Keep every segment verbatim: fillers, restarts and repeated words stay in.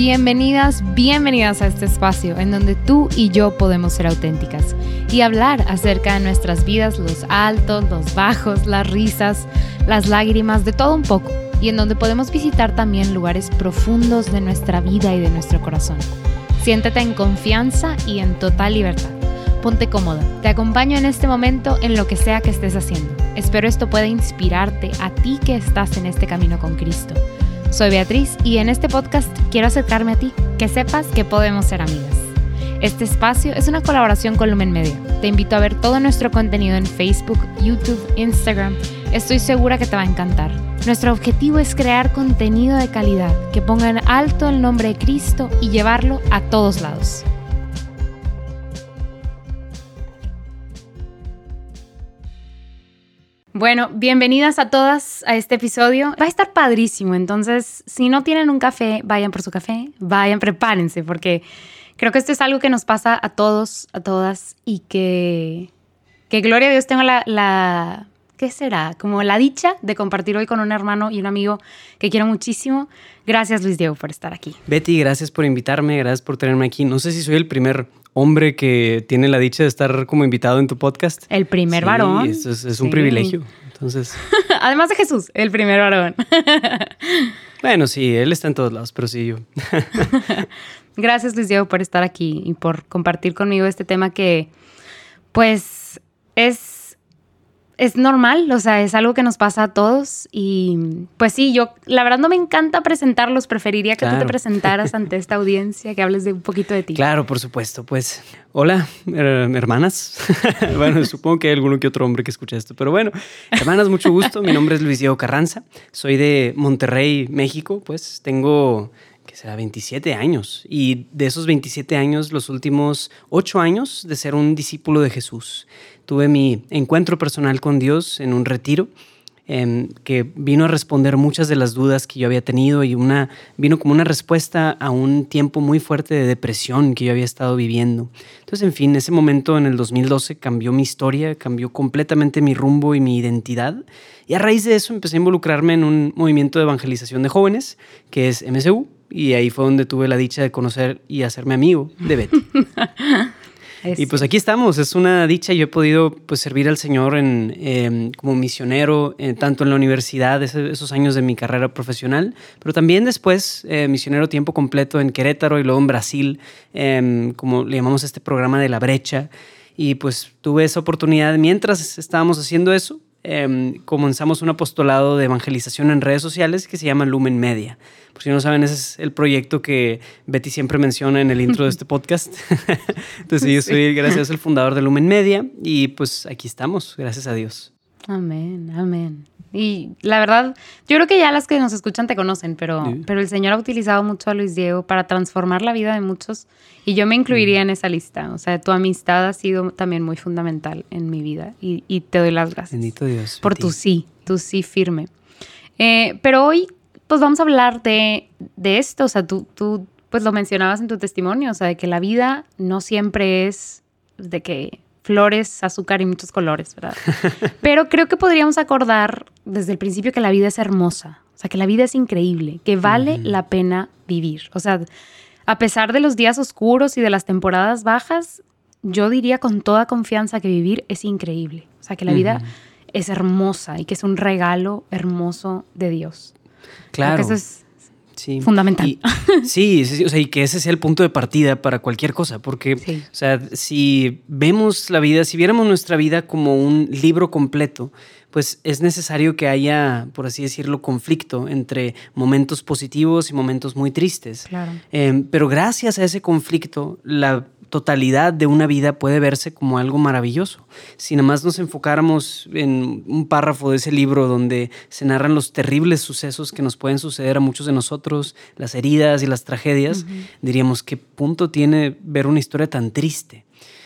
Bienvenidas, bienvenidas a este espacio en donde tú y yo podemos ser auténticas y hablar acerca de nuestras vidas, los altos, los bajos, las risas, las lágrimas, de todo un poco, y en donde podemos visitar también lugares profundos de nuestra vida y de nuestro corazón. Siéntete en confianza y en total libertad. Ponte cómoda, te acompaño en este momento en lo que sea que estés haciendo. Espero esto pueda inspirarte a ti que estás en este camino con Cristo. Soy Beatriz y en este podcast quiero acercarme a ti, que sepas que podemos ser amigas. Este espacio es una colaboración con Lumen Media. Te invito a ver todo nuestro contenido en Facebook, YouTube, Instagram. Estoy segura que te va a encantar. Nuestro objetivo es crear contenido de calidad que ponga en alto el nombre de Cristo y llevarlo a todos lados. Bueno, bienvenidas a todas a este episodio. Va a estar padrísimo, entonces si no tienen un café, vayan por su café, vayan, prepárense, porque creo que esto es algo que nos pasa a todos, a todas, y que, que gloria a Dios tengo la, la, ¿qué será? Como la dicha de compartir hoy con un hermano y un amigo que quiero muchísimo. Gracias, Luis Diego, por estar aquí. Betty, gracias por invitarme, gracias por tenerme aquí. No sé si soy el primer hombre que tiene la dicha de estar como invitado en tu podcast. El primer sí, varón. Es, es, es sí. un privilegio. Entonces, además de Jesús, el primer varón. Bueno, sí, él está en todos lados, pero sí yo. Gracias, Luis Diego, por estar aquí y por compartir conmigo este tema que, pues, es... Es normal, o sea, es algo que nos pasa a todos y pues sí, yo la verdad no me encanta presentarlos, preferiría que claro. tú te presentaras ante esta audiencia, que hables de un poquito de ti. Claro, por supuesto, pues hola, eh, hermanas, bueno, supongo que hay alguno que otro hombre que escucha esto, pero bueno, hermanas, mucho gusto, mi nombre es Luis Diego Carranza, soy de Monterrey, México, pues tengo... que será veintisiete años, y de esos veintisiete años, los últimos ocho años de ser un discípulo de Jesús. Tuve mi encuentro personal con Dios en un retiro eh, que vino a responder muchas de las dudas que yo había tenido y una, vino como una respuesta a un tiempo muy fuerte de depresión que yo había estado viviendo. Entonces, en fin, ese momento en el dos mil doce cambió mi historia, cambió completamente mi rumbo y mi identidad. Y a raíz de eso empecé a involucrarme en un movimiento de evangelización de jóvenes, que es M C U, y ahí fue donde tuve la dicha de conocer y hacerme amigo de Betty. Y pues aquí estamos, es una dicha. Yo he podido pues, servir al Señor en, eh, como misionero, eh, tanto en la universidad, ese, esos años de mi carrera profesional, pero también después eh, misionero tiempo completo en Querétaro y luego en Brasil, eh, como le llamamos a este programa de La Brecha. Y pues tuve esa oportunidad mientras estábamos haciendo eso. Eh, comenzamos un apostolado de evangelización en redes sociales que se llama Lumen Media. Por si no saben, ese es el proyecto que Betty siempre menciona en el intro de este podcast. Entonces yo soy, gracias, el fundador de Lumen Media y pues aquí estamos, gracias a Dios. Amén, amén. Y la verdad, yo creo que ya las que nos escuchan te conocen, pero, sí. pero el Señor ha utilizado mucho a Luis Diego para transformar la vida de muchos y yo me incluiría mm. en esa lista. O sea, tu amistad ha sido también muy fundamental en mi vida y, y te doy las gracias. Bendito Dios. Por tu sí, tu sí firme. Eh, pero hoy, pues vamos a hablar de, de esto. O sea, tú, tú pues lo mencionabas en tu testimonio, o sea, de que la vida no siempre es de que... flores, azúcar y muchos colores, ¿verdad? Pero creo que podríamos acordar desde el principio que la vida es hermosa, o sea, que la vida es increíble, que vale uh-huh. la pena vivir. O sea, a pesar de los días oscuros y de las temporadas bajas, yo diría con toda confianza que vivir es increíble. O sea, que la uh-huh. vida es hermosa y que es un regalo hermoso de Dios. Claro. Creo que eso es Sí. fundamental. Y, sí, sí, o sea, y que ese sea el punto de partida para cualquier cosa, porque, sí. o sea, si vemos la vida, si viéramos nuestra vida como un libro completo, pues es necesario que haya, por así decirlo, conflicto entre momentos positivos y momentos muy tristes. Claro. Eh, pero gracias a ese conflicto, la totalidad de una vida puede verse como algo maravilloso. Si nada más nos enfocáramos en un párrafo de ese libro donde se narran los terribles sucesos que nos pueden suceder a muchos de nosotros, las heridas y las tragedias, uh-huh. diríamos, ¿qué punto tiene ver una historia tan triste?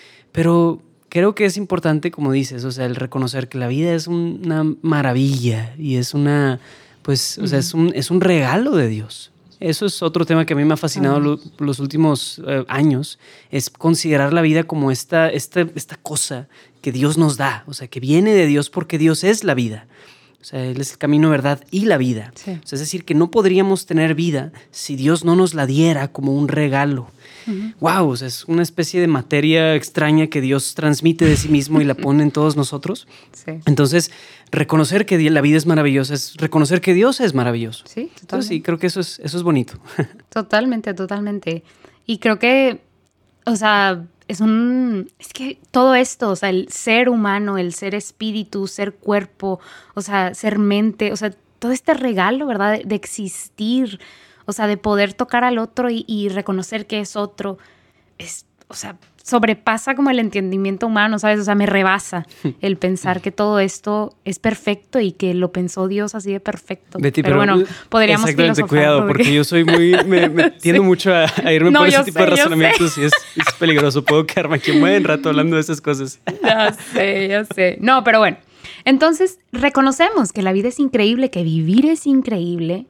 Pero creo que es importante, como dices, o sea, el reconocer que la vida es una maravilla y es una, pues, uh-huh. o sea, es un, es un regalo de Dios. Eso es otro tema que a mí me ha fascinado lo, los últimos eh, años, es considerar la vida como esta, esta, esta cosa que Dios nos da, o sea, que viene de Dios porque Dios es la vida. O sea, Él es el camino, verdad y la vida. Sí. O sea, es decir, que no podríamos tener vida si Dios no nos la diera como un regalo. Uh-huh. Wow, o sea, es una especie de materia extraña que Dios transmite de sí mismo y la pone en todos nosotros. Sí. Entonces, reconocer que la vida es maravillosa es reconocer que Dios es maravilloso. Sí, totalmente. Entonces, sí, creo que eso es, eso es bonito. Totalmente, totalmente. Y creo que, o sea, es un... Es que todo esto, o sea, el ser humano, el ser espíritu, ser cuerpo, o sea, ser mente, o sea, todo este regalo, ¿verdad? De, de existir, o sea, de poder tocar al otro y, y reconocer que es otro, es, o sea, sobrepasa como el entendimiento humano, ¿sabes? O sea, me rebasa el pensar que todo esto es perfecto y que lo pensó Dios así de perfecto. Betty, pero, pero bueno, podríamos exactamente, filosofar. Cuidado, porque, porque yo soy muy... Me, me tiendo sí. mucho a, a irme no, por ese tipo sé, de razonamientos y es, es peligroso. Puedo quedarme aquí un buen rato hablando de esas cosas. Ya sé, ya sé. No, pero bueno. Entonces, reconocemos que la vida es increíble, que vivir es increíble.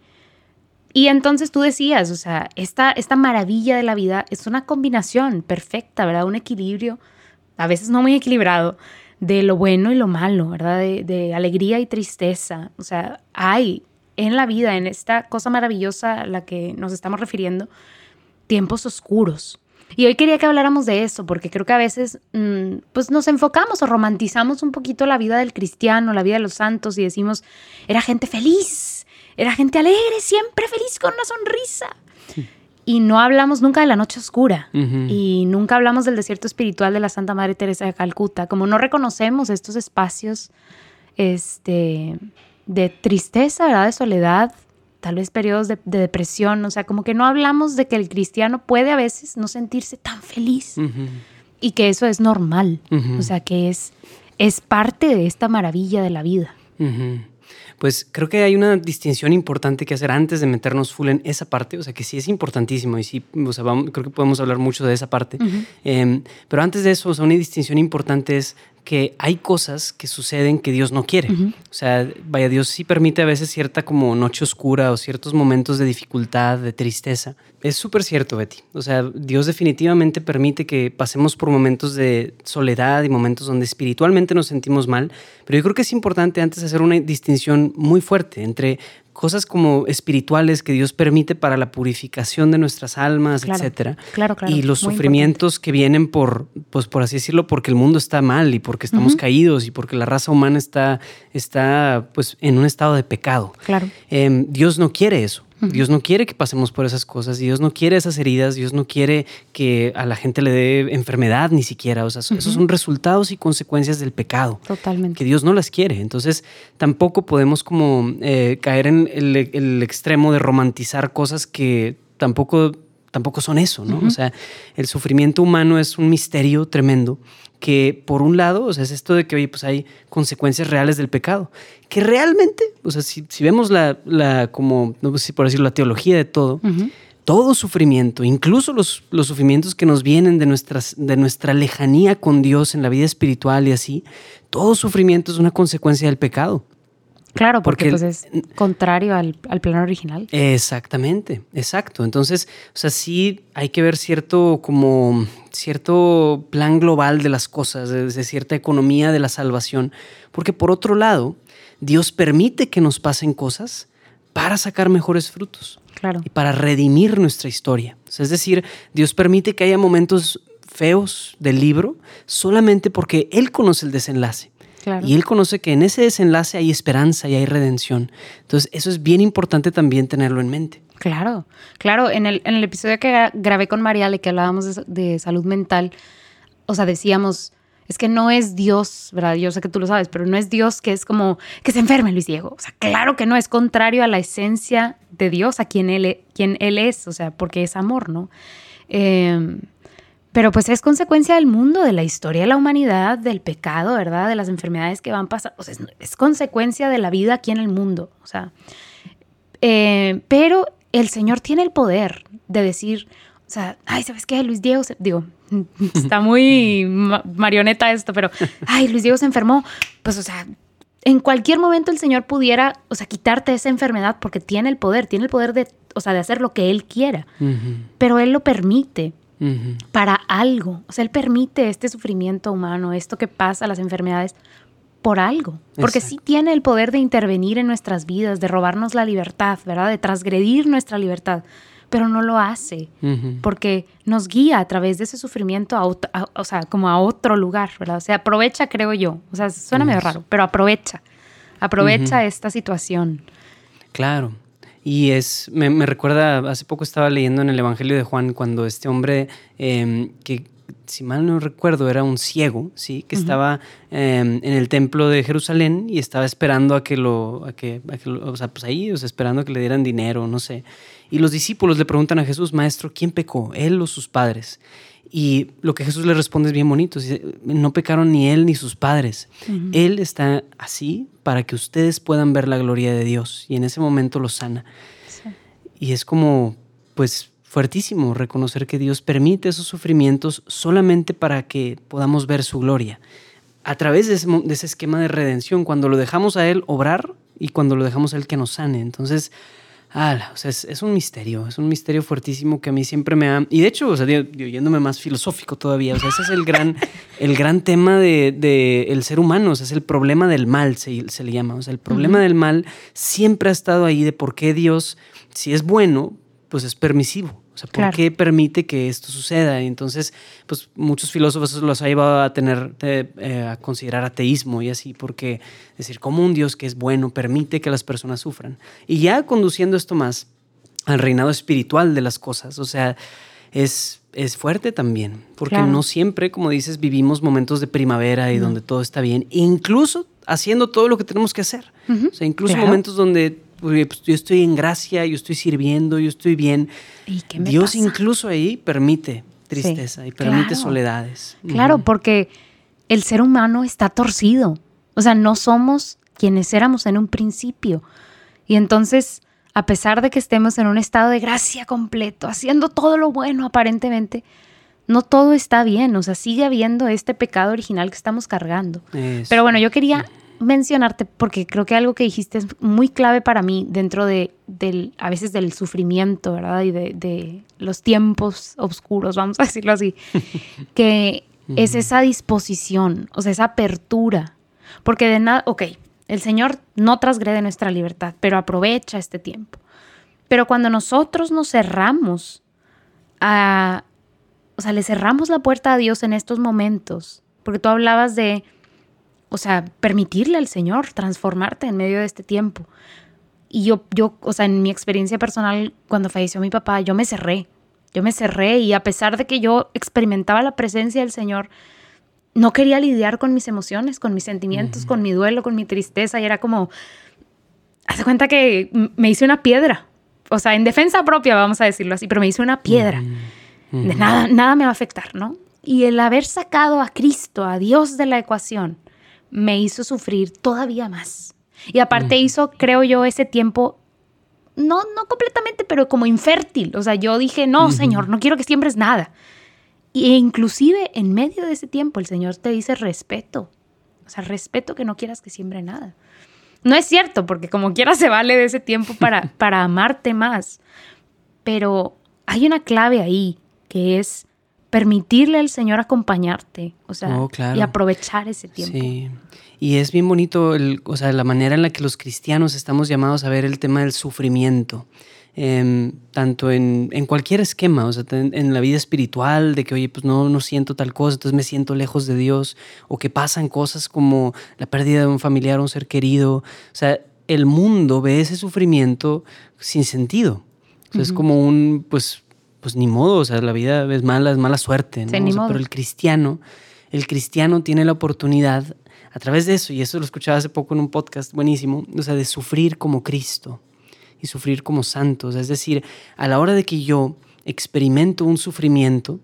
Y entonces tú decías, o sea, esta, esta maravilla de la vida es una combinación perfecta, ¿verdad? Un equilibrio, a veces no muy equilibrado, de lo bueno y lo malo, ¿verdad? De, de alegría y tristeza. O sea, hay en la vida, en esta cosa maravillosa a la que nos estamos refiriendo, tiempos oscuros. Y hoy quería que habláramos de eso, porque creo que a veces mmm, pues nos enfocamos o romantizamos un poquito la vida del cristiano, la vida de los santos, y decimos, era gente feliz. Era gente alegre, siempre feliz, con una sonrisa. Sí. Y no hablamos nunca de la noche oscura. Uh-huh. Y nunca hablamos del desierto espiritual de la Santa Madre Teresa de Calcuta. Como no reconocemos estos espacios este, de tristeza, ¿verdad? De soledad, tal vez periodos de, de depresión. O sea, como que no hablamos de que el cristiano puede a veces no sentirse tan feliz. Uh-huh. Y que eso es normal. Uh-huh. O sea, que es, es parte de esta maravilla de la vida. Uh-huh. Pues creo que hay una distinción importante que hacer antes de meternos full en esa parte, o sea que sí es importantísimo y sí, o sea, vamos, creo que podemos hablar mucho de esa parte, uh-huh. eh, pero antes de eso, o sea, una distinción importante es que hay cosas que suceden que Dios no quiere. Uh-huh. O sea, vaya, Dios sí permite a veces cierta como noche oscura o ciertos momentos de dificultad, de tristeza. Es súper cierto, Betty. O sea, Dios definitivamente permite que pasemos por momentos de soledad y momentos donde espiritualmente nos sentimos mal, pero yo creo que es importante antes hacer una distinción muy fuerte entre cosas como espirituales que Dios permite para la purificación de nuestras almas, claro, etcétera. Claro, claro. Y los Muy sufrimientos importante. que vienen por, pues por así decirlo, porque el mundo está mal y porque estamos uh-huh. caídos y porque la raza humana está, está pues, en un estado de pecado. Claro. Eh, Dios no quiere eso. Dios no quiere que pasemos por esas cosas, Dios no quiere esas heridas, Dios no quiere que a la gente le dé enfermedad ni siquiera. O sea, uh-huh. esos son resultados y consecuencias del pecado. Totalmente. Que Dios no las quiere. Entonces, tampoco podemos como eh, caer en el, el extremo de romantizar cosas que tampoco, tampoco son eso, ¿no? Uh-huh. O sea, el sufrimiento humano es un misterio tremendo que por un lado, o sea, es esto de que, oye, pues hay consecuencias reales del pecado, que realmente, o sea, si, si vemos la, la, como, no sé si por decirlo, la teología de todo, uh-huh. todo sufrimiento, incluso los, los sufrimientos que nos vienen de, nuestras, de nuestra lejanía con Dios en la vida espiritual y así, todo sufrimiento es una consecuencia del pecado. Claro, porque, porque pues es contrario al, al plan original. Exactamente, exacto. Entonces, o sea, sí hay que ver cierto como cierto plan global de las cosas, de, de cierta economía de la salvación, porque por otro lado, Dios permite que nos pasen cosas para sacar mejores frutos. Claro. Y para redimir nuestra historia. O sea, es decir, Dios permite que haya momentos feos del libro solamente porque Él conoce el desenlace. Claro. Y Él conoce que en ese desenlace hay esperanza y hay redención. Entonces, eso es bien importante también tenerlo en mente. Claro, claro. En el, en el episodio que grabé con Mariale, que hablábamos de, de salud mental, o sea, decíamos, es que no es Dios, ¿verdad? Yo sé que tú lo sabes, pero no es Dios que es como que se enferme Luis Diego. O sea, claro que no, es contrario a la esencia de Dios, a quien Él, quien él es, o sea, porque es amor, ¿no? Eh... Pero pues es consecuencia del mundo, de la historia de la humanidad, del pecado, ¿verdad? De las enfermedades que van pasando. O sea, es, es consecuencia de la vida aquí en el mundo. O sea, eh, pero el Señor tiene el poder de decir, o sea, ay, ¿sabes qué? Luis Diego, se, digo, está muy ma- marioneta esto, pero, ay, Luis Diego se enfermó. Pues, o sea, en cualquier momento el Señor pudiera, o sea, quitarte esa enfermedad porque tiene el poder, tiene el poder de, o sea, de hacer lo que Él quiera. Uh-huh. Pero Él lo permite. Uh-huh. Para algo, o sea, Él permite este sufrimiento humano, esto que pasa, las enfermedades, por algo, porque Exacto. sí tiene el poder de intervenir en nuestras vidas, de robarnos la libertad, ¿verdad? De transgredir nuestra libertad, pero no lo hace, Uh-huh. porque nos guía a través de ese sufrimiento, a, ot- a, o sea, como a otro lugar, ¿verdad? O sea, aprovecha, creo yo, o sea, suena medio raro, pero aprovecha, aprovecha uh-huh. esta situación. Claro. Y es, me, me recuerda, hace poco estaba leyendo en el Evangelio de Juan cuando este hombre eh, que, si mal no recuerdo, era un ciego, ¿sí? Que uh-huh. estaba eh, en el templo de Jerusalén y estaba esperando a que lo, a que, a que lo, o sea, pues ahí, o sea, esperando a que le dieran dinero, no sé. Y los discípulos le preguntan a Jesús, maestro, ¿quién pecó, él o sus padres? Y lo que Jesús le responde es bien bonito, dice, no pecaron ni él ni sus padres. Uh-huh. Él está así para que ustedes puedan ver la gloria de Dios. Y en ese momento los sana. Sí. Y es como, pues, fuertísimo reconocer que Dios permite esos sufrimientos solamente para que podamos ver su gloria. A través de ese, de ese esquema de redención, cuando lo dejamos a Él obrar y cuando lo dejamos a Él que nos sane. Entonces... Ah, o sea, es, es un misterio, es un misterio fuertísimo que a mí siempre me ha... Y de hecho, o sea, yo, yo yéndome más filosófico todavía, o sea, ese es el gran, el gran tema del de, de ser humano, o sea, es el problema del mal, se, se le llama. O sea, el problema uh-huh. del mal siempre ha estado ahí de por qué Dios, si es bueno, pues es permisivo. O sea, ¿por claro. qué permite que esto suceda? Y entonces, pues muchos filósofos los ha llevado a tener, eh, a considerar ateísmo y así, porque decir, ¿cómo un Dios que es bueno permite que las personas sufran? Y ya conduciendo esto más al reinado espiritual de las cosas, o sea, es, es fuerte también, porque claro. no siempre, como dices, vivimos momentos de primavera y no. donde todo está bien, incluso haciendo todo lo que tenemos que hacer. Uh-huh. O sea, incluso claro. momentos donde... Pues yo estoy en gracia, yo estoy sirviendo, yo estoy bien. ¿Y qué me Dios pasa? Incluso ahí permite tristeza sí, y permite claro. soledades. Claro, uh-huh. porque el ser humano está torcido. O sea, no somos quienes éramos en un principio. Y entonces, a pesar de que estemos en un estado de gracia completo, haciendo todo lo bueno aparentemente, no todo está bien. O sea, sigue habiendo este pecado original que estamos cargando. Eso. Pero bueno, yo quería... Uh-huh. mencionarte, porque creo que algo que dijiste es muy clave para mí dentro de, del, a veces del sufrimiento, ¿verdad? Y de, de los tiempos oscuros, vamos a decirlo así, que uh-huh. es esa disposición, o sea, esa apertura, porque de nada, ok, el Señor no transgrede nuestra libertad, pero aprovecha este tiempo. Pero cuando nosotros nos cerramos a, o sea, le cerramos la puerta a Dios en estos momentos, porque tú hablabas de o sea, permitirle al Señor transformarte en medio de este tiempo. Y yo, yo, o sea, en mi experiencia personal, cuando falleció mi papá, yo me cerré. Yo me cerré y a pesar de que yo experimentaba la presencia del Señor, no quería lidiar con mis emociones, con mis sentimientos, uh-huh. con mi duelo, con mi tristeza. Y era como, haz cuenta que me hice una piedra. O sea, en defensa propia, vamos a decirlo así, pero me hice una piedra. Uh-huh. De nada, nada me va a afectar, ¿no? Y el haber sacado a Cristo, a Dios de la ecuación, me hizo sufrir todavía más. Y aparte uh-huh. hizo, creo yo, ese tiempo, no, no completamente, pero como infértil. O sea, yo dije, no, uh-huh. Señor, no quiero que siembres nada. E inclusive en medio de ese tiempo el Señor te dice respeto. O sea, respeto que no quieras que siembre nada. No es cierto, porque como quiera se vale de ese tiempo para, para amarte más. Pero hay una clave ahí, que es permitirle al Señor acompañarte, o sea, oh, claro. y aprovechar ese tiempo. Sí, y es bien bonito, el, o sea, la manera en la que los cristianos estamos llamados a ver el tema del sufrimiento, eh, tanto en, en cualquier esquema, o sea, en, en la vida espiritual, de que, oye, pues no, no siento tal cosa, entonces me siento lejos de Dios, o que pasan cosas como la pérdida de un familiar o un ser querido, o sea, el mundo ve ese sufrimiento sin sentido, o sea, uh-huh. es como un, pues, pues ni modo, o sea, la vida es mala, es mala suerte, ¿no? Sí, ni o sea, modo. Pero el cristiano, el cristiano tiene la oportunidad a través de eso, y eso lo escuchaba hace poco en un podcast buenísimo, o sea, de sufrir como Cristo y sufrir como santos. Es decir, a la hora de que yo experimento un sufrimiento,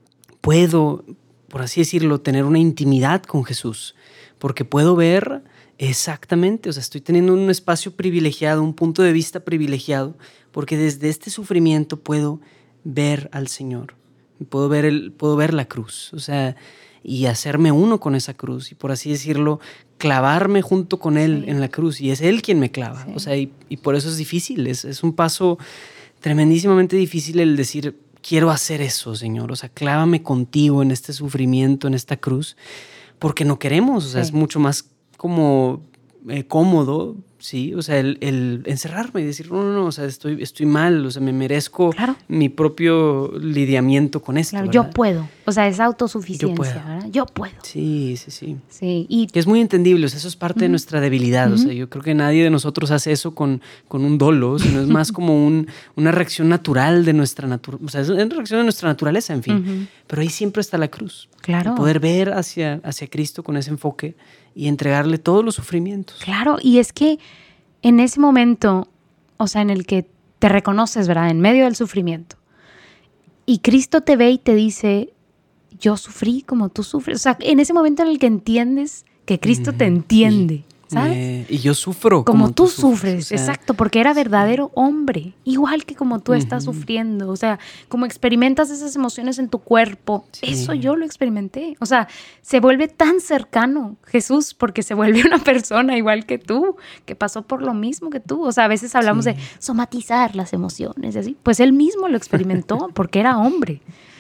puedo, por así decirlo, tener una intimidad con Jesús, porque puedo ver exactamente, o sea, estoy teniendo un espacio privilegiado, un punto de vista privilegiado, porque desde este sufrimiento puedo ver al Señor, puedo ver, el, puedo ver la cruz, o sea, y hacerme uno con esa cruz, y por así decirlo, clavarme junto con Él sí. en la cruz, y es Él quien me clava, sí. o sea, y, y por eso es difícil, es, es un paso tremendísimamente difícil el decir, quiero hacer eso, Señor, o sea, clávame contigo en este sufrimiento, en esta cruz, porque no queremos, o sea, sí. es mucho más como eh, cómodo, sí, o sea, el, el encerrarme y decir, no, no, no, o sea, estoy, estoy mal, o sea, me merezco claro. mi propio lidiamiento con esto, Claro, ¿verdad? yo puedo, o sea, es autosuficiencia, Yo puedo. ¿verdad? Yo puedo. Sí, sí, sí. Sí, y que es muy entendible, o sea, eso es parte uh-huh. de nuestra debilidad, uh-huh. o sea, yo creo que nadie de nosotros hace eso con, con un dolo, sino es más como un, una reacción natural de nuestra naturaleza, o sea, es una reacción de nuestra naturaleza, en fin, uh-huh. pero ahí siempre está la cruz. Claro. El poder ver hacia, hacia Cristo con ese enfoque y entregarle todos los sufrimientos. Claro, y es que en ese momento, o sea, en el que te reconoces, ¿verdad? En medio del sufrimiento, y Cristo te ve y te dice, yo sufrí como tú sufres. O sea, en ese momento en el que entiendes que Cristo uh-huh. te entiende, ¿sabes? Eh, y yo sufro como, como tú, tú sufres. sufres o sea, exacto, porque era verdadero sí. hombre, igual que como tú uh-huh. estás sufriendo. O sea, como experimentas esas emociones en tu cuerpo, sí. eso yo lo experimenté. O sea, se vuelve tan cercano Jesús porque se vuelve una persona igual que tú, que pasó por lo mismo que tú. O sea, a veces hablamos sí. de somatizar las emociones y así. Pues él mismo lo experimentó porque era hombre.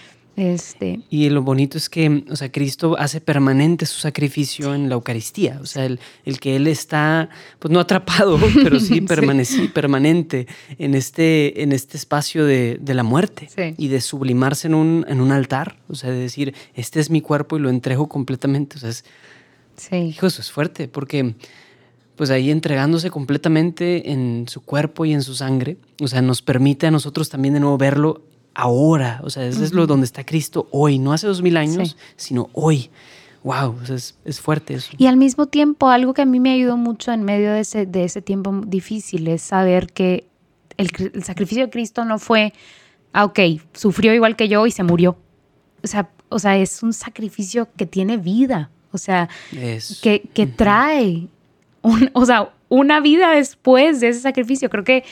Este. Y lo bonito es que, o sea, Cristo hace permanente su sacrificio en la Eucaristía. O sea, el, el que Él está, pues no atrapado, pero sí, permanece, sí. permanente en este, en este espacio de, de la muerte sí. y de sublimarse en un, en un altar. O sea, de decir, este es mi cuerpo y lo entrego completamente. O sea, es, sí. hijo, eso es fuerte porque pues ahí entregándose completamente en su cuerpo y en su sangre, o sea, nos permite a nosotros también de nuevo verlo ahora, o sea, eso uh-huh. es lo donde está Cristo hoy, no hace dos mil años, sí. sino hoy. Wow, o sea, es, es fuerte eso. Y al mismo tiempo, algo que a mí me ayudó mucho en medio de ese, de ese tiempo difícil es saber que el, el sacrificio de Cristo no fue, ah, ok, sufrió igual que yo y se murió. O sea, o sea es un sacrificio que tiene vida, o sea, es. que, que uh-huh. trae, un, o sea, una vida después de ese sacrificio. Creo que,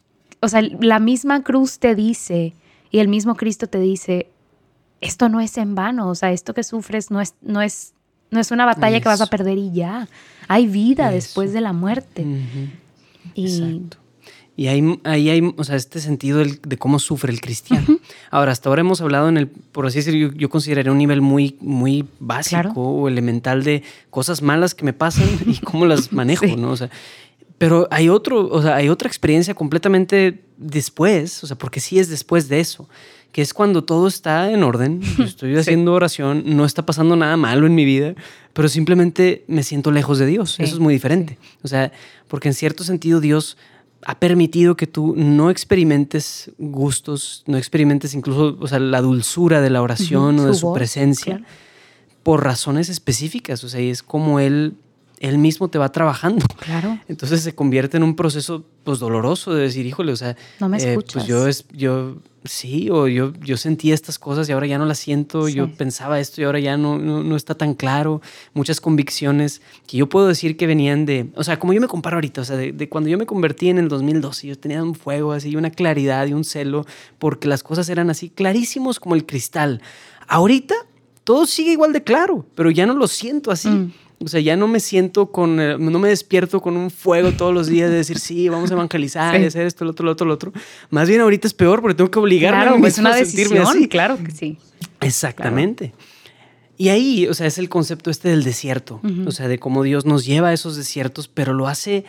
o sea, la misma cruz te dice... Y el mismo Cristo te dice, esto no es en vano, o sea, esto que sufres no es, no es, no es una batalla Eso. que vas a perder y ya. Hay vida Eso. después de la muerte. Uh-huh. Y... Exacto. Y ahí, ahí hay, o sea, este sentido del, de cómo sufre el cristiano. Uh-huh. Ahora, hasta ahora hemos hablado en el, por así decirlo, yo, yo consideraría un nivel muy, muy básico claro. o elemental de cosas malas que me pasan y cómo las manejo, sí. ¿no? O sea, pero hay otro, o sea, hay otra experiencia completamente después, o sea, porque sí es después de eso, que es cuando todo está en orden, yo estoy haciendo sí. oración, no está pasando nada malo en mi vida, pero simplemente me siento lejos de Dios. Sí. Eso es muy diferente. Sí. O sea, porque en cierto sentido Dios ha permitido que tú no experimentes gustos, no experimentes incluso, o sea, la dulzura de la oración uh-huh. o de su, su voz, presencia claro. por razones específicas. O sea, y es como Él... Él mismo te va trabajando. Claro. Entonces se convierte en un proceso pues doloroso de decir, híjole, o sea, no me eh, escuchas. Pues yo, es, yo sí, o yo, yo sentía estas cosas y ahora ya no las siento, sí. yo pensaba esto y ahora ya no, no, no está tan claro. Muchas convicciones que yo puedo decir que venían de, o sea, como yo me comparo ahorita, o sea, de, de cuando yo me convertí en el dos mil doce, yo tenía un fuego así, una claridad y un celo, porque las cosas eran así clarísimos como el cristal. Ahorita todo sigue igual de claro, pero ya no lo siento así. Mm. O sea, ya no me siento con, eh, no me despierto con un fuego todos los días de decir, sí, vamos a evangelizar, sí. hacer esto, lo otro, lo otro, lo otro. Más bien ahorita es peor porque tengo que obligarme claro, a mí es una a sentirme decisión, así. Claro que sí. Exactamente. Claro. Y ahí, o sea, es el concepto este del desierto. Uh-huh. O sea, de cómo Dios nos lleva a esos desiertos, pero lo hace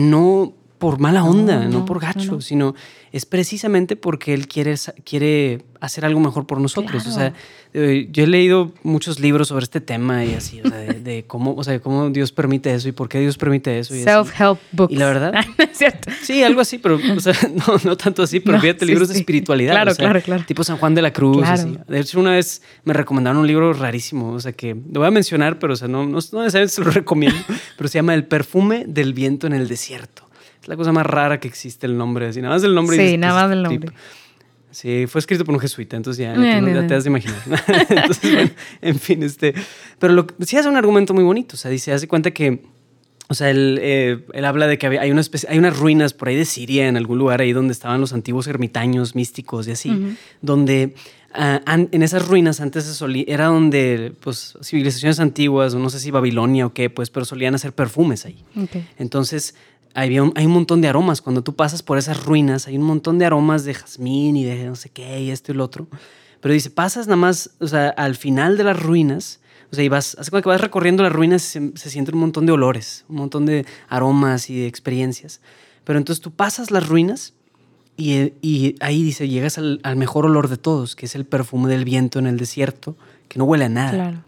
no por mala onda, no, no, no por gacho, no, no. sino es precisamente porque Él quiere, quiere hacer algo mejor por nosotros. Claro. O sea, eh, yo he leído muchos libros sobre este tema y así, o sea, de, de cómo, o sea, cómo Dios permite eso y por qué Dios permite eso. Y Self-help así. books. Y la verdad, ¿Es cierto? Sí, algo así, pero o sea, no, no tanto así, pero no, fíjate, sí, libros sí. de espiritualidad. Claro, o sea, claro, claro. Tipo San Juan de la Cruz. Claro. Así. De hecho, una vez me recomendaron un libro rarísimo, o sea, que lo voy a mencionar, pero o sea, no, no, no necesariamente se lo recomiendo, pero se llama El perfume del viento en el desierto. Es la cosa más rara que existe el nombre, así, nada más el nombre. Sí, dices, nada más el nombre. Tipo. Sí, fue escrito por un jesuita, entonces ya, no, ya, no, ya no. te has de imaginar. Entonces, bueno, en fin, este, pero lo, sí hace un argumento muy bonito, o sea, dice, hace cuenta que, o sea, él, eh, él habla de que había, hay, una especie, hay unas ruinas por ahí de Siria, en algún lugar ahí donde estaban los antiguos ermitaños místicos y así, uh-huh. donde uh, an, en esas ruinas antes se solía, era donde, pues, civilizaciones antiguas, o no sé si Babilonia o qué, pues, pero solían hacer perfumes ahí. Okay. Entonces, Hay un, hay un montón de aromas. Cuando tú pasas por esas ruinas, hay un montón de aromas de jazmín y de no sé qué y esto y lo otro. Pero dice, pasas nada más, o sea, al final de las ruinas, O sea, y vas, hace como que vas recorriendo las ruinas y se, se siente un montón de olores, un montón de aromas y de experiencias. Pero entonces tú pasas las ruinas y, y ahí dice, llegas al, al mejor olor de todos, que es el perfume del viento en el desierto, que no huele a nada. Claro.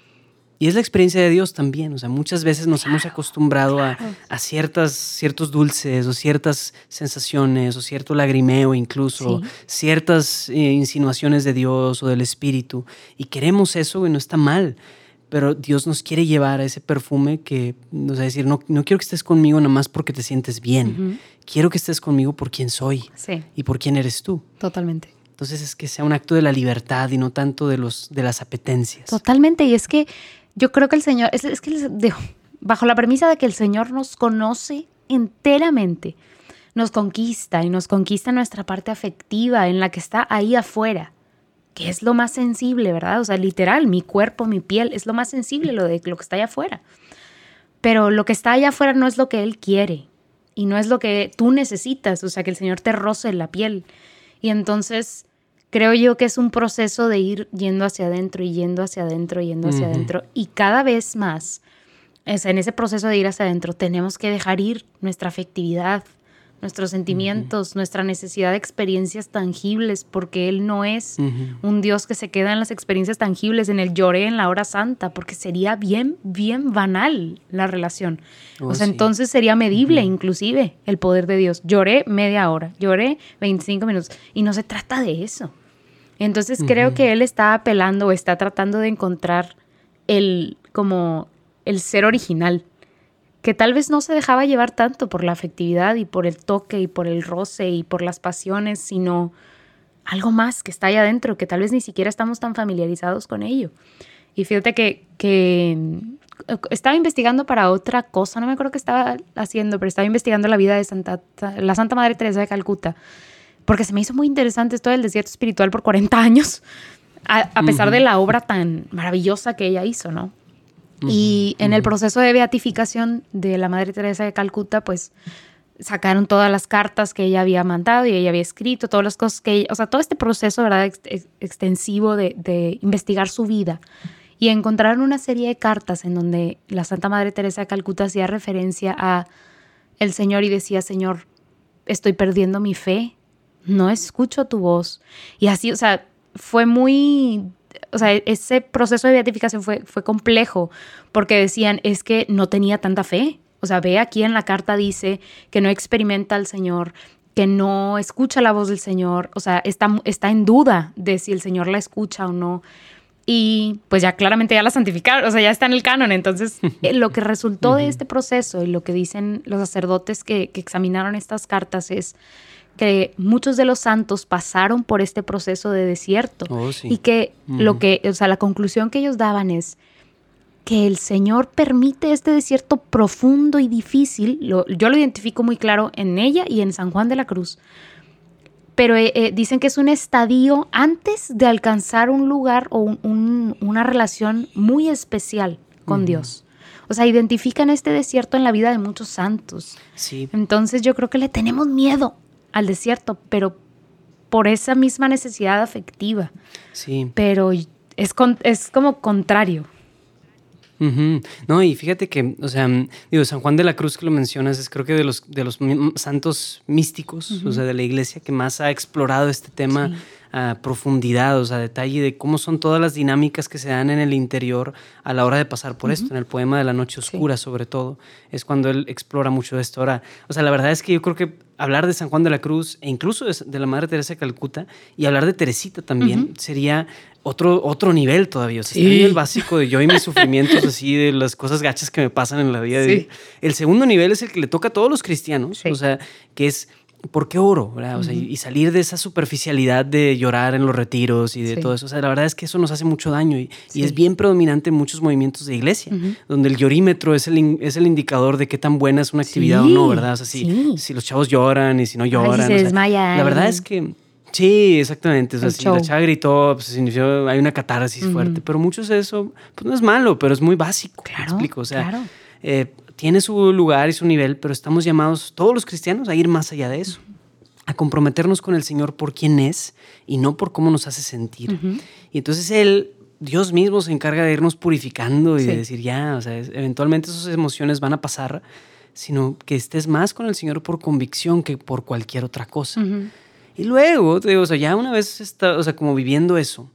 Y es la experiencia de Dios también. O sea, muchas veces nos Claro, hemos acostumbrado claro. a, a ciertas, ciertos dulces o ciertas sensaciones o cierto lagrimeo incluso, Sí. ciertas eh, insinuaciones de Dios o del Espíritu. Y queremos eso y no está mal. Pero Dios nos quiere llevar a ese perfume que nos va a decir, no, no quiero que estés conmigo nada más porque te sientes bien. Uh-huh. Quiero que estés conmigo por quién soy Sí, y por quién eres tú. totalmente. Entonces es que sea un acto de la libertad y no tanto de, los, de las apetencias. Totalmente. Y es que yo creo que el Señor, es, es que digo, bajo la premisa de que el Señor nos conoce enteramente, nos conquista y nos conquista nuestra parte afectiva en la que está ahí afuera, que es lo más sensible, ¿verdad? O sea, literal, mi cuerpo, mi piel, es lo más sensible lo de lo que está allá afuera. Pero lo que está allá afuera no es lo que Él quiere y no es lo que tú necesitas, o sea, que el Señor te roce la piel. Y entonces creo yo que es un proceso de ir yendo hacia adentro y yendo hacia adentro, yendo hacia uh-huh. adentro. Y cada vez más, o sea, en ese proceso de ir hacia adentro, tenemos que dejar ir nuestra afectividad, nuestros sentimientos, uh-huh. nuestra necesidad de experiencias tangibles, porque Él no es uh-huh. un Dios que se queda en las experiencias tangibles, en el lloré en la hora santa, porque sería bien, bien banal la relación. Oh, o sea, sí. Entonces sería medible uh-huh. inclusive el poder de Dios. Lloré media hora, lloré veinticinco minutos, y no se trata de eso. Entonces uh-huh. creo que Él está apelando o está tratando de encontrar el, como el ser original, que tal vez no se dejaba llevar tanto por la afectividad y por el toque y por el roce y por las pasiones, sino algo más que está allá adentro, que tal vez ni siquiera estamos tan familiarizados con ello. Y fíjate que, que estaba investigando para otra cosa, no me acuerdo qué estaba haciendo, pero estaba investigando la vida de Santa, la Santa Madre Teresa de Calcuta, porque se me hizo muy interesante esto del desierto espiritual por cuarenta años, a, a pesar uh-huh. de la obra tan maravillosa que ella hizo, ¿no? Y en el proceso de beatificación de la Madre Teresa de Calcuta, pues sacaron todas las cartas que ella había mandado y ella había escrito, todas las cosas que ella, o sea, todo este proceso, ¿verdad?, ex- ex- extensivo de, de investigar su vida. Y encontraron una serie de cartas en donde la Santa Madre Teresa de Calcuta hacía referencia a el Señor y decía, Señor, estoy perdiendo mi fe, no escucho tu voz. Y así, o sea, fue muy... O sea, ese proceso de beatificación fue, fue complejo porque decían, es que no tenía tanta fe. O sea, ve aquí en la carta dice que no experimenta al Señor, que no escucha la voz del Señor. O sea, está, está en duda de si el Señor la escucha o no. Y pues ya claramente ya la santificaron, o sea, ya está en el canon. Entonces, lo que resultó de este proceso y lo que dicen los sacerdotes que, que examinaron estas cartas es que muchos de los santos pasaron por este proceso de desierto oh, sí. y que uh-huh. lo que, o sea, la conclusión que ellos daban es que el Señor permite este desierto profundo y difícil. Lo, yo lo identifico muy claro en ella y en San Juan de la Cruz, pero eh, eh, dicen que es un estadio antes de alcanzar un lugar o un, un, una relación muy especial con uh-huh. Dios. O sea, identifican este desierto en la vida de muchos santos. Sí. Entonces yo creo que le tenemos miedo al desierto, pero por esa misma necesidad afectiva. Sí. Pero es, con, es como contrario. Uh-huh. No, y fíjate que, o sea, digo, San Juan de la Cruz que lo mencionas es creo que de los, de los santos místicos, uh-huh. o sea, de la iglesia que más ha explorado este tema sí. a profundidad, o sea, a detalle de cómo son todas las dinámicas que se dan en el interior a la hora de pasar por uh-huh. esto, en el poema de la Noche Oscura sí. sobre todo, es cuando él explora mucho de esto. Ahora, o sea, la verdad es que yo creo que hablar de San Juan de la Cruz e incluso de, de la Madre Teresa de Calcuta y hablar de Teresita también uh-huh. sería otro, otro nivel todavía. O sea, sí. está el nivel básico de yo y mis sufrimientos, así de las cosas gachas que me pasan en la vida. Sí. De, el segundo nivel es el que le toca a todos los cristianos, sí. o sea, que es ¿por qué oro? ¿verdad? O sea, uh-huh. y salir de esa superficialidad de llorar en los retiros y de sí. todo eso. O sea, la verdad es que eso nos hace mucho daño y, sí. y es bien predominante en muchos movimientos de iglesia, uh-huh. donde el llorímetro es el, es el indicador de qué tan buena es una actividad sí. o no, ¿verdad? O sea, si, sí. si los chavos lloran y si no lloran. Ay, si se desmayan. La verdad es que sí, exactamente. O sea, si la chava gritó, pues significó, hay una catarsis uh-huh. fuerte. Pero muchos de eso, pues no es malo, pero es muy básico. Claro, ¿me explico? O sea, claro. eh, tiene su lugar y su nivel, pero estamos llamados, todos los cristianos, a ir más allá de eso. Uh-huh. A comprometernos con el Señor por quién es y no por cómo nos hace sentir. Uh-huh. Y entonces Él Dios mismo se encarga de irnos purificando y Sí. de decir ya, o sea, es- eventualmente esas emociones van a pasar, sino que estés más con el Señor por convicción que por cualquier otra cosa. Ujú. Y luego, te digo, o sea, ya una vez está, o sea, como viviendo eso,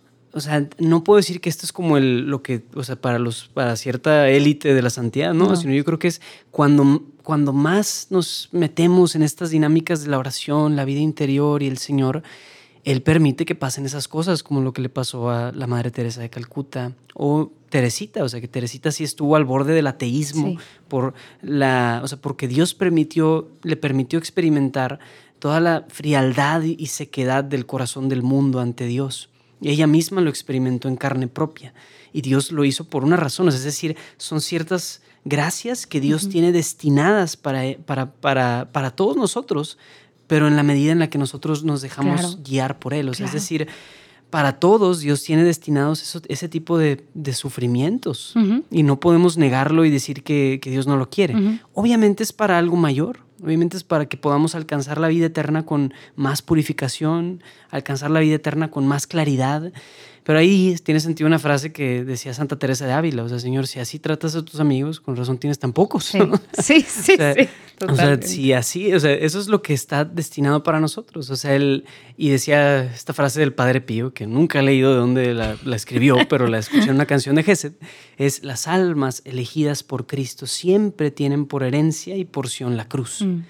o sea, no puedo decir que esto es como el, lo que, o sea, para los, para cierta élite de la santidad, ¿no? No. Sino yo creo que es cuando, cuando más nos metemos en estas dinámicas de la oración, la vida interior y el Señor, Él permite que pasen esas cosas, como lo que le pasó a la Madre Teresa de Calcuta o Teresita, o sea, que Teresita sí estuvo al borde del ateísmo, Sí. por la, o sea, porque Dios permitió, le permitió experimentar toda la frialdad y sequedad del corazón del mundo ante Dios. Y ella misma lo experimentó en carne propia. Y Dios lo hizo por una razón. Es decir, son ciertas gracias que Dios Ujú. tiene destinadas para, para, para, para todos nosotros, pero en la medida en la que nosotros nos dejamos Claro. guiar por Él. O sea, Claro. es decir, para todos Dios tiene destinados eso, ese tipo de, de sufrimientos. Ujú. Y no podemos negarlo y decir que, que Dios no lo quiere. Ujú. Obviamente es para algo mayor. Obviamente es para que podamos alcanzar la vida eterna con más purificación, alcanzar la vida eterna con más claridad. Pero ahí tiene sentido una frase que decía Santa Teresa de Ávila, o sea, Señor, si así tratas a tus amigos, con razón tienes tan pocos. Sí, sí, sí, O sea, sí. o sea, Totalmente. si así, o sea, eso es lo que está destinado para nosotros. O sea, él, y decía esta frase del Padre Pío, que nunca he leído de dónde la, la escribió, pero la escuché en una canción de Gesed, es: las almas elegidas por Cristo siempre tienen por herencia y porción la cruz. Mm.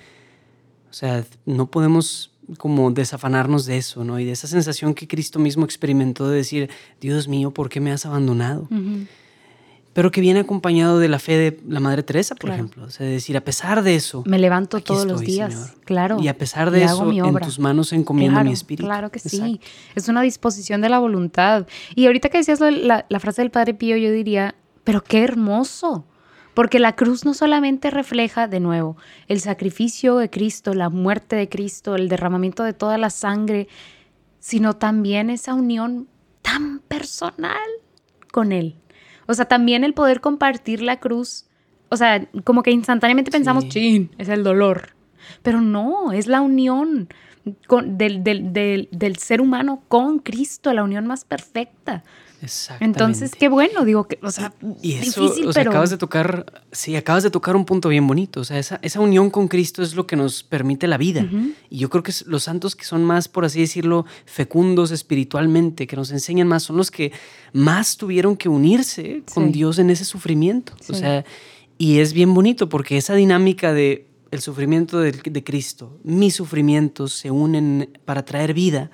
O sea, no podemos como desafanarnos de eso, ¿no? Y de esa sensación que Cristo mismo experimentó de decir, Dios mío, ¿por qué me has abandonado? Ujú. Pero que viene acompañado de la fe de la Madre Teresa, por Claro. ejemplo. O sea, de decir, a pesar de eso, Me levanto aquí todos los estoy, días, Señor. claro. Y a pesar de y eso, hago mi en obra. tus manos encomiendo Claro, mi espíritu. claro que sí. Exacto. Es una disposición de la voluntad. Y ahorita que decías lo de la, la frase del Padre Pío, yo diría, pero qué hermoso. Porque la cruz no solamente refleja, de nuevo, el sacrificio de Cristo, la muerte de Cristo, el derramamiento de toda la sangre, sino también esa unión tan personal con Él. O sea, también el poder compartir la cruz. O sea, como que instantáneamente pensamos, Sí. chin, es el dolor. Pero no, es la unión con, del, del, del, del ser humano con Cristo, la unión más perfecta. Exactamente. Entonces, qué bueno, digo, que, o sea, Y eso, difícil, o sea, pero... acabas de tocar, sí, acabas de tocar un punto bien bonito. O sea, esa, esa unión con Cristo es lo que nos permite la vida. Ujú. Y yo creo que es- los santos que son más, por así decirlo, fecundos espiritualmente, que nos enseñan más, son los que más tuvieron que unirse con Sí. Dios en ese sufrimiento. O Sí. sea, y es bien bonito porque esa dinámica de el sufrimiento de, de Cristo, mis sufrimientos se unen para traer vida.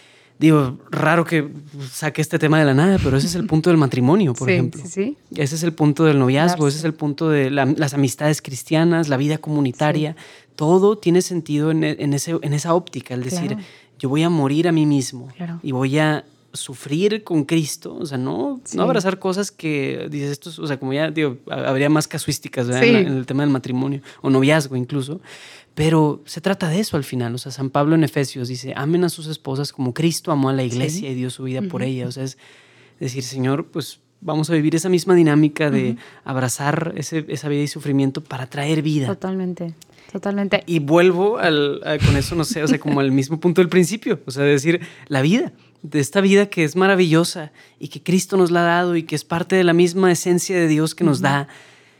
Digo, raro que saque este tema de la nada, pero ese es el punto del matrimonio, por sí, ejemplo. sí, sí. Ese es el punto del noviazgo, Darse. ese es el punto de la- las amistades cristianas, la vida comunitaria. Todo tiene sentido en, en ese, en esa óptica, el decir, Claro. yo voy a morir a mí mismo Claro. y voy a sufrir con Cristo, o sea, no, Sí. no abrazar cosas que dices, esto, es- o sea, como ya digo, ha- habría más casuísticas, ¿verdad? Sí. en, la- en el tema del matrimonio o noviazgo incluso, pero se trata de eso al final. O sea, San Pablo en Efesios dice, amen a sus esposas como Cristo amó a la iglesia Sí. y dio su vida por Ujú. ella. O sea, es decir, Señor, pues vamos a vivir esa misma dinámica de Ujú. abrazar ese, esa vida y sufrimiento para traer vida. Totalmente, totalmente. Y vuelvo al, a- con eso, no sé, o sea, como al mismo punto del principio, o sea, decir, la vida, de esta vida que es maravillosa y que Cristo nos la ha dado y que es parte de la misma esencia de Dios que nos Ujú. da,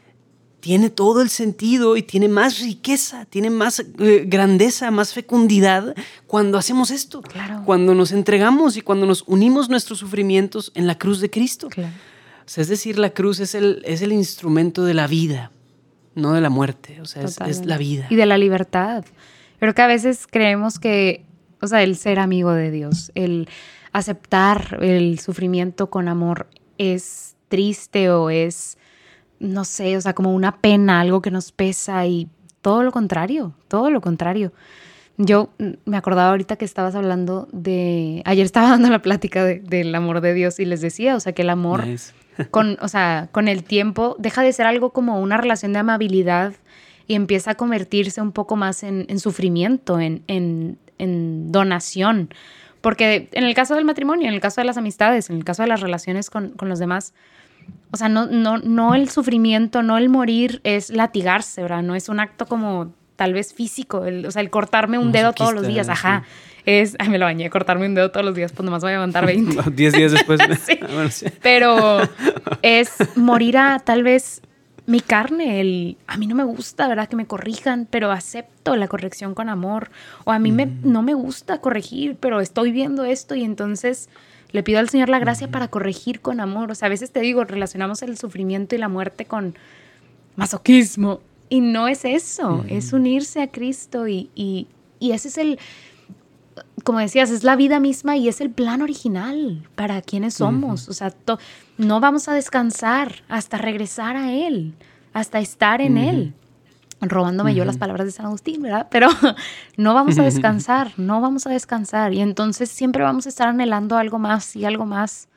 tiene todo el sentido y tiene más riqueza, tiene más eh, grandeza, más fecundidad cuando hacemos esto, Claro. cuando nos entregamos y cuando nos unimos nuestros sufrimientos en la cruz de Cristo. Claro. O sea, es decir, la cruz es el, es el instrumento de la vida, no de la muerte. O sea, es, es Totalmente. la vida. Y de la libertad. Creo que a veces creemos que, o sea, el ser amigo de Dios, el aceptar el sufrimiento con amor es triste o es, no sé, o sea, como una pena, algo que nos pesa y todo lo contrario, todo lo contrario. Yo mm, me acordaba ahorita que estabas hablando de, ayer estaba dando la plática de- del amor de Dios y les decía, o sea, que el amor Nice. con, o sea, con el tiempo deja de ser algo como una relación de amabilidad y empieza a convertirse un poco más en, en sufrimiento, en, en, en donación. Porque en el caso del matrimonio, en el caso de las amistades, en el caso de las relaciones con, con los demás, o sea, no, no, no el sufrimiento, no el morir es latigarse, ¿verdad? No es un acto como tal vez físico, el, o sea, el cortarme un dedo todos los días, ajá. Sí. Es, ay, me lo bañé, cortarme un dedo todos los días, pues nomás voy a levantar veinte. diez días después. Sí. Ah, bueno, sí. Pero es morir a tal vez mi carne, el, a mí no me gusta, ¿verdad? Que me corrijan, pero acepto la corrección con amor. O a mí mm. me, no me gusta corregir, pero estoy viendo esto y entonces le pido al Señor la gracia mm. para corregir con amor. O sea, a veces te digo, relacionamos el sufrimiento y la muerte con masoquismo. Y no es eso, mm. es unirse a Cristo y, y, y ese es el, como decías, es la vida misma y es el plan original para quienes somos. Mm. O sea, to, no vamos a descansar hasta regresar a Él, hasta estar en mm. Él. Robándome mm. yo las palabras de San Agustín, ¿verdad? Pero no vamos a descansar, no vamos a descansar. Y entonces siempre vamos a estar anhelando algo más y algo más.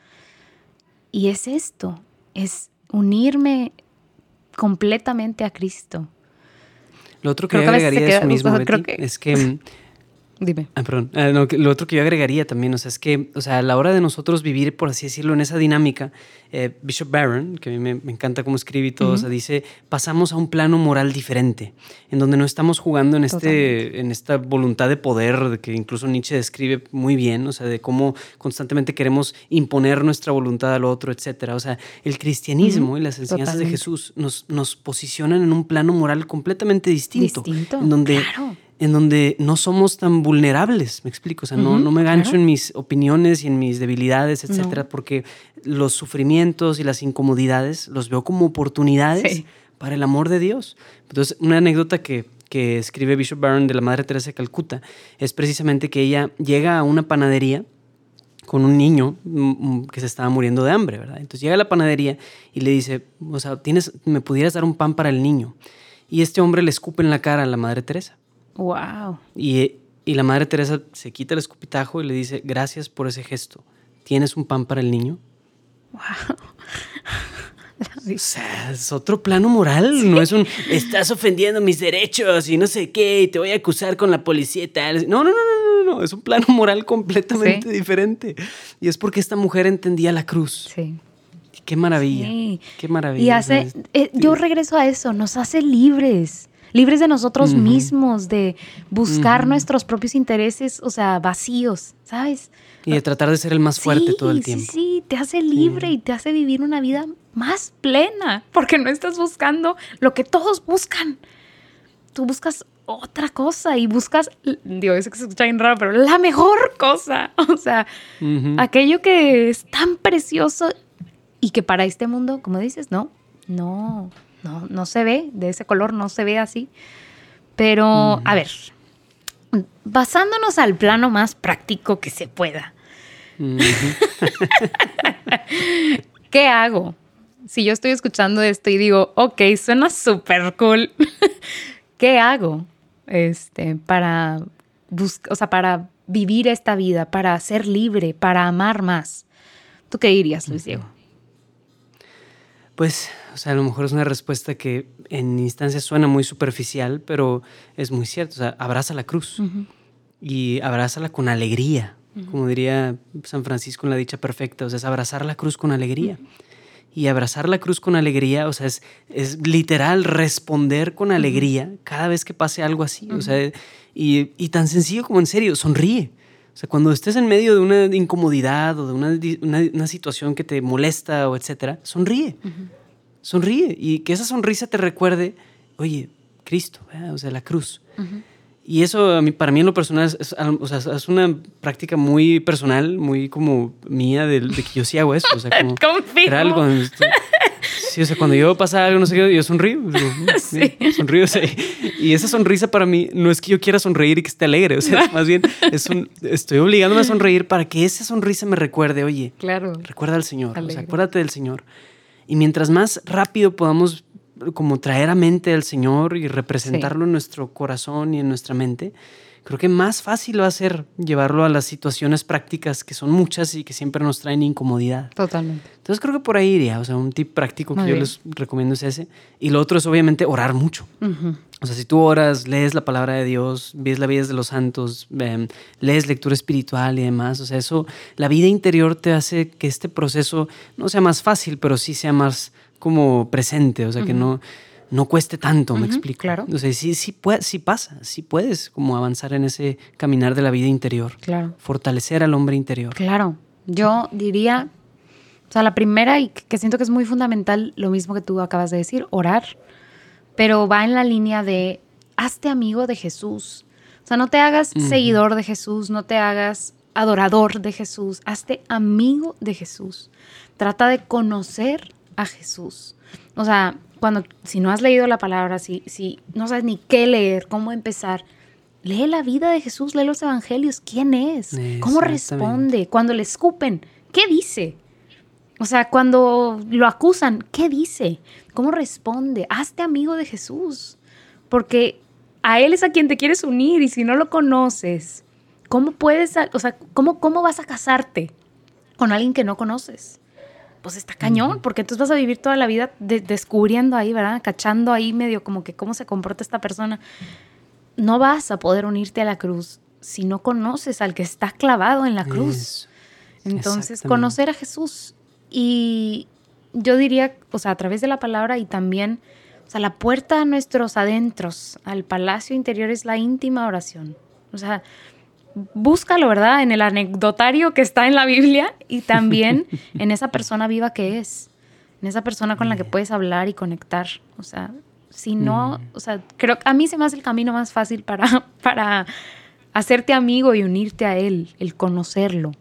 Y es esto, es unirme completamente a Cristo. Lo otro que creo yo agregaría de eso mismo, Betty, creo que... es que... Dime. Ah, perdón. Ah, no, lo otro que yo agregaría también, o sea, es que, o sea, a la hora de nosotros vivir, por así decirlo, en esa dinámica, eh, Bishop Barron, que a mí me, me encanta cómo escribe y todo, uh-huh. o sea, dice, pasamos a un plano moral diferente, en donde no estamos jugando en, este, en esta voluntad de poder, de que incluso Nietzsche describe muy bien, o sea, de cómo constantemente queremos imponer nuestra voluntad al otro, etcétera. O sea, el cristianismo uh-huh. y las enseñanzas Totalmente. de Jesús nos, nos posicionan en un plano moral completamente distinto. Distinto, en donde, claro. en donde no somos tan vulnerables, me explico, o sea, uh-huh, no, no me gancho claro. en mis opiniones y en mis debilidades, etcétera, no. porque los sufrimientos y las incomodidades los veo como oportunidades sí. para el amor de Dios. Entonces, una anécdota que, que escribe Bishop Barron de la Madre Teresa de Calcuta es precisamente que ella llega a una panadería con un niño que se estaba muriendo de hambre, ¿verdad? Entonces llega a la panadería y le dice, o sea, ¿tienes, ¿me pudieras dar un pan para el niño? Y este hombre le escupe en la cara a la Madre Teresa. Wow. Y, y la Madre Teresa se quita el escupitajo y le dice, gracias por ese gesto. ¿Tienes un pan para el niño? Wow. O sea, es otro plano moral. Sí. No es un, estás ofendiendo mis derechos y no sé qué, y te voy a acusar con la policía y tal. No, no, no, no, no, no. Es un plano moral completamente sí. diferente. Y es porque esta mujer entendía la cruz. Sí. Qué maravilla. Sí. Qué maravilla. Y hace, eh, yo regreso a eso, nos hace libres. Libres de nosotros uh-huh. mismos, de buscar uh-huh. nuestros propios intereses, o sea, vacíos, ¿sabes? Y de tratar de ser el más fuerte sí, todo el tiempo. Sí, sí, te hace libre sí. y te hace vivir una vida más plena, porque no estás buscando lo que todos buscan. Tú buscas otra cosa y buscas, digo, eso que se escucha bien raro, pero la mejor cosa, o sea, uh-huh. aquello que es tan precioso y que para este mundo, como dices, no, no... No, no se ve de ese color, no se ve así. Pero, mm. a ver, basándonos al plano más práctico que se pueda. Mm-hmm. ¿Qué hago? Si yo estoy escuchando esto y digo, ok, suena súper cool. ¿Qué hago este, para, bus- o sea, para vivir esta vida, para ser libre, para amar más? ¿Tú qué dirías, Luis Diego? Pues, o sea, a lo mejor es una respuesta que en instancias suena muy superficial, pero es muy cierto. O sea, abraza la cruz uh-huh. y abrázala con alegría, uh-huh. como diría San Francisco en la dicha perfecta. O sea, es abrazar la cruz con alegría. Uh-huh. Y abrazar la cruz con alegría, o sea, es, es literal responder con alegría uh-huh. cada vez que pase algo así. Uh-huh. O sea, y, y tan sencillo como en serio, sonríe. O sea, cuando estés en medio de una incomodidad o de una, una, una situación que te molesta o etcétera, sonríe. Uh-huh. Sonríe. Y que esa sonrisa te recuerde, oye, Cristo, ¿verdad? O sea, la cruz. Uh-huh. Y eso a mí, para mí en lo personal es, es, o sea, es una práctica muy personal, muy como mía de, de que yo sí hago eso. O sea, como era algo cuando, sí, o sea, cuando yo pasa algo, no sé qué, yo sonrío. Digo, sí. Sonrío. O sea, y esa sonrisa para mí no es que yo quiera sonreír y que esté alegre. O sea, más bien es un, estoy obligándome a sonreír para que esa sonrisa me recuerde, oye, claro. recuerda al Señor. Alegre. O sea, acuérdate del Señor. Y mientras más rápido podamos como traer a mente al Señor y representarlo sí. en nuestro corazón y en nuestra mente, creo que más fácil va a ser llevarlo a las situaciones prácticas que son muchas y que siempre nos traen incomodidad. Totalmente. Entonces creo que por ahí iría, o sea, un tip práctico que Muy yo bien. les recomiendo es ese. Y lo otro es obviamente orar mucho. Uh-huh. O sea, si tú oras, lees la palabra de Dios, ves la vida de los santos, eh, lees lectura espiritual y demás, o sea, eso, la vida interior te hace que este proceso no sea más fácil, pero sí sea más como presente, o sea, uh-huh. que no... no cueste tanto, uh-huh, me explico. Claro. O sea, sí, sí, puede, sí pasa, sí puedes como avanzar en ese caminar de la vida interior. Claro. Fortalecer al hombre interior. Claro. Yo diría, o sea, la primera y que siento que es muy fundamental, lo mismo que tú acabas de decir, orar, pero va en la línea de hazte amigo de Jesús. O sea, no te hagas uh-huh. seguidor de Jesús, no te hagas adorador de Jesús, hazte amigo de Jesús. Trata de conocer a Jesús. O sea, cuando, si no has leído la palabra, si, si no sabes ni qué leer, cómo empezar, lee la vida de Jesús, lee los evangelios. ¿Quién es? ¿Cómo responde? Cuando le escupen, ¿qué dice? O sea, cuando lo acusan, ¿qué dice? ¿Cómo responde? Hazte amigo de Jesús, porque a Él es a quien te quieres unir y si no lo conoces, ¿cómo puedes, o sea, cómo, cómo vas a casarte con alguien que no conoces? Pues está cañón, uh-huh. porque entonces vas a vivir toda la vida de, descubriendo ahí, ¿verdad? Cachando ahí medio como que cómo se comporta esta persona. No vas a poder unirte a la cruz si no conoces al que está clavado en la cruz. Eso. Entonces, conocer a Jesús. Y yo diría, o sea, a través de la palabra y también, o sea, la puerta a nuestros adentros, al palacio interior es la íntima oración. O sea, búscalo, ¿verdad? En el anecdotario que está en la Biblia y también en esa persona viva que es, en esa persona con la que puedes hablar y conectar. O sea, si no, mm. o sea, creo que a mí se me hace el camino más fácil para, para hacerte amigo y unirte a Él, el conocerlo.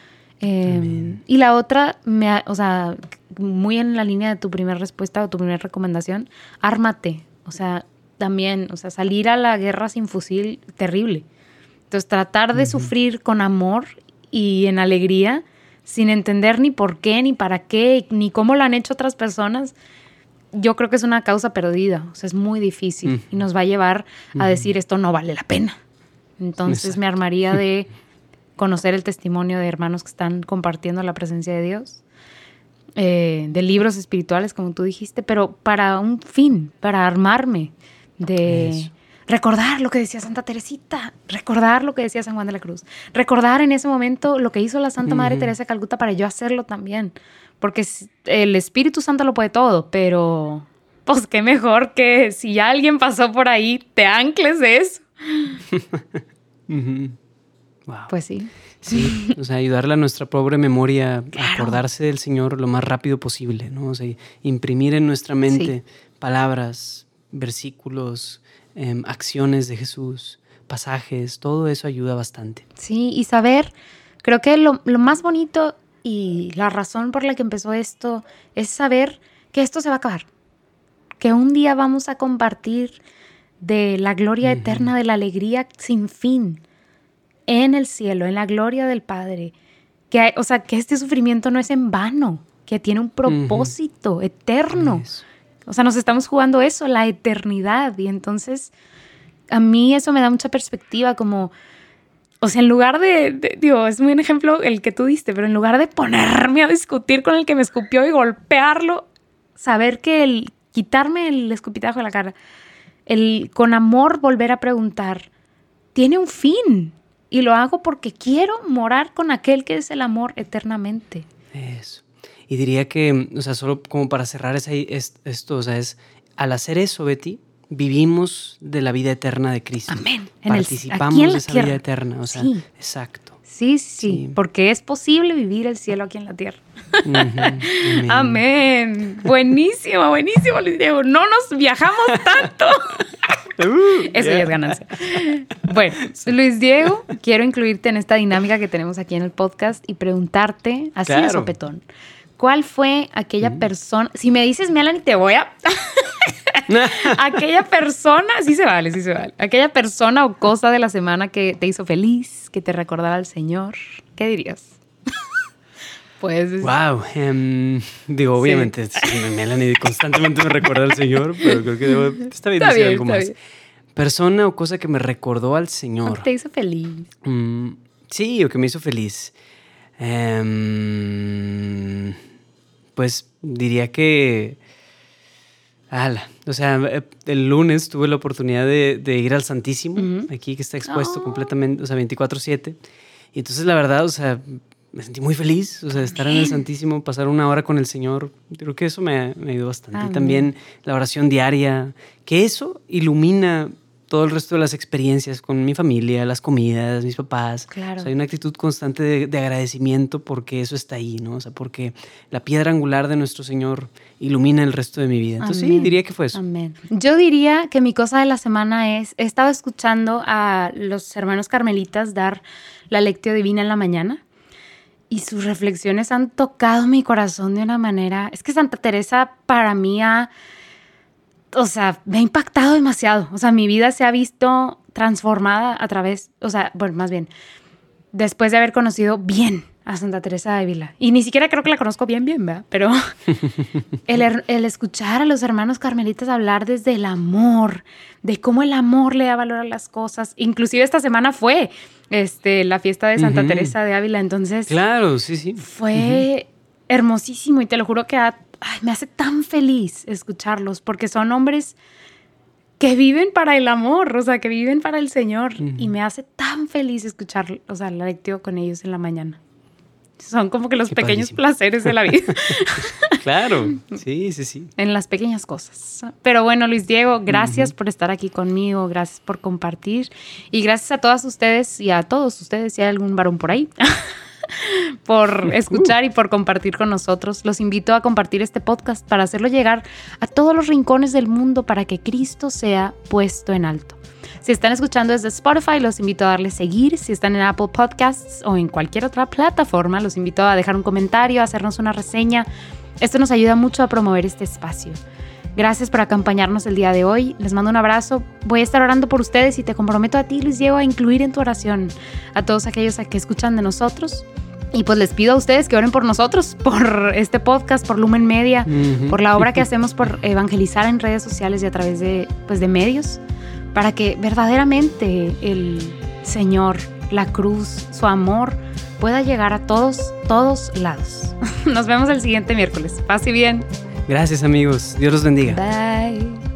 Eh, y la otra, me, o sea, muy en la línea de tu primera respuesta o tu primera recomendación, ármate. O sea, también, o sea, salir a la guerra sin fusil, terrible. Entonces, tratar de uh-huh. sufrir con amor y en alegría, sin entender ni por qué, ni para qué, ni cómo lo han hecho otras personas, yo creo que es una causa perdida. O sea, es muy difícil uh-huh. y nos va a llevar uh-huh. a decir esto no vale la pena. Entonces, Exacto. me armaría de conocer el testimonio de hermanos que están compartiendo la presencia de Dios, eh, de libros espirituales, como tú dijiste, pero para un fin, para armarme de... Eso. Recordar lo que decía Santa Teresita, recordar lo que decía San Juan de la Cruz, recordar en ese momento lo que hizo la Santa uh-huh. Madre Teresa de Calcuta para yo hacerlo también, porque el Espíritu Santo lo puede todo, pero pues qué mejor que si ya alguien pasó por ahí, te ancles de eso. uh-huh. Wow. Pues sí. Sí, o sea, ayudarle a nuestra pobre memoria claro. a acordarse del Señor lo más rápido posible, ¿no? O sea, imprimir en nuestra mente sí. palabras, versículos, Eh, acciones de Jesús, pasajes, todo eso ayuda bastante. Sí, y saber, creo que lo, lo más bonito y la razón por la que empezó esto es saber que esto se va a acabar, que un día vamos a compartir de la gloria uh-huh. eterna, de la alegría sin fin en el cielo, en la gloria del Padre, que hay, o sea, que este sufrimiento no es en vano, que tiene un propósito uh-huh. eterno. Eso. O sea, nos estamos jugando eso, la eternidad. Y entonces, a mí eso me da mucha perspectiva como... O sea, en lugar de... de digo, es muy un ejemplo el que tú diste, pero en lugar de ponerme a discutir con el que me escupió y golpearlo, saber que el quitarme el escupitajo de la cara, el con amor volver a preguntar, tiene un fin. Y lo hago porque quiero morar con aquel que es el amor eternamente. Eso. Y diría que, o sea, solo como para cerrar ese, esto, o sea, es al hacer eso, Betty, vivimos de la vida eterna de Cristo. Amén. Participamos en el, de esa tierra. vida eterna, o sea, sí. exacto. Sí, sí, sí, porque es posible vivir el cielo aquí en la tierra. Uh-huh. Amén. Amén. Buenísimo, buenísimo, Luis Diego. No nos viajamos tanto. Uh, Eso yeah. ya es ganancia. Bueno, Luis Diego, quiero incluirte en esta dinámica que tenemos aquí en el podcast y preguntarte, así claro. de sopetón, ¿cuál fue aquella mm. persona? Si me dices Melanie, te voy a... aquella persona, sí se vale, sí se vale. Aquella persona o cosa de la semana que te hizo feliz, que te recordaba al Señor. ¿Qué dirías? Pues... Wow. Um, digo, obviamente, sí. Melanie constantemente me recuerda al Señor, pero creo que debo, está bien está decir bien, algo más. Bien. Persona o cosa que me recordó al Señor. ¿O que te hizo feliz? Um, sí, o que me hizo feliz. Um, pues diría que... Ala, o sea, el lunes tuve la oportunidad de, de ir al Santísimo, uh-huh. aquí que está expuesto oh. completamente, o sea, veinticuatro siete. Y entonces, la verdad, o sea, me sentí muy feliz, o sea, estar en el Santísimo, pasar una hora con el Señor, creo que eso me, me ayudó bastante. Amén. Y también la oración diaria, que eso ilumina todo el resto de las experiencias con mi familia, las comidas, mis papás. Claro. O sea, hay una actitud constante de, de agradecimiento porque eso está ahí, ¿no? O sea, porque la piedra angular de nuestro Señor ilumina el resto de mi vida. Entonces Amén. sí, diría que fue eso. Amén. Yo diría que mi cosa de la semana es, he estado escuchando a los hermanos carmelitas dar la lectio divina en la mañana y sus reflexiones han tocado mi corazón de una manera... Es que Santa Teresa para mí ha... O sea, me ha impactado demasiado. O sea, mi vida se ha visto transformada a través, o sea, bueno, más bien, después de haber conocido bien a Santa Teresa de Ávila. Y ni siquiera creo que la conozco bien, bien, ¿verdad? Pero el, el escuchar a los hermanos carmelitas hablar desde el amor, de cómo el amor le da valor a las cosas. Inclusive esta semana fue este, la fiesta de Santa uh-huh. Teresa de Ávila, entonces... Claro, sí, sí. Fue uh-huh. hermosísimo y te lo juro que ha, ay, me hace tan feliz escucharlos porque son hombres que viven para el amor, o sea, que viven para el Señor uh-huh. y me hace tan feliz escuchar, o sea, la lectio con ellos en la mañana. Son como que los Qué pequeños padrísimo. Placeres de la vida. Claro, sí, sí, sí. En las pequeñas cosas. Pero bueno, Luis Diego, gracias uh-huh. por estar aquí conmigo, gracias por compartir y gracias a todas ustedes y a todos ustedes, si hay algún varón por ahí, por escuchar y por compartir con nosotros. Los invito a compartir este podcast para hacerlo llegar a todos los rincones del mundo para que Cristo sea puesto en alto. Si están escuchando desde Spotify, los invito a darle seguir. Si están en Apple Podcasts o en cualquier otra plataforma, los invito a dejar un comentario, a hacernos una reseña. Esto nos ayuda mucho a promover este espacio. Gracias por acompañarnos el día de hoy. Les mando un abrazo. Voy a estar orando por ustedes y te comprometo a ti, Luis Diego, a incluir en tu oración a todos aquellos que escuchan de nosotros. Y pues les pido a ustedes que oren por nosotros, por este podcast, por Lumen Media, uh-huh. por la obra que hacemos por evangelizar en redes sociales y a través de, pues, de medios, para que verdaderamente el Señor, la cruz, su amor pueda llegar a todos, todos lados. Nos vemos el siguiente miércoles. Paz y bien. Gracias, amigos. Dios los bendiga. Bye.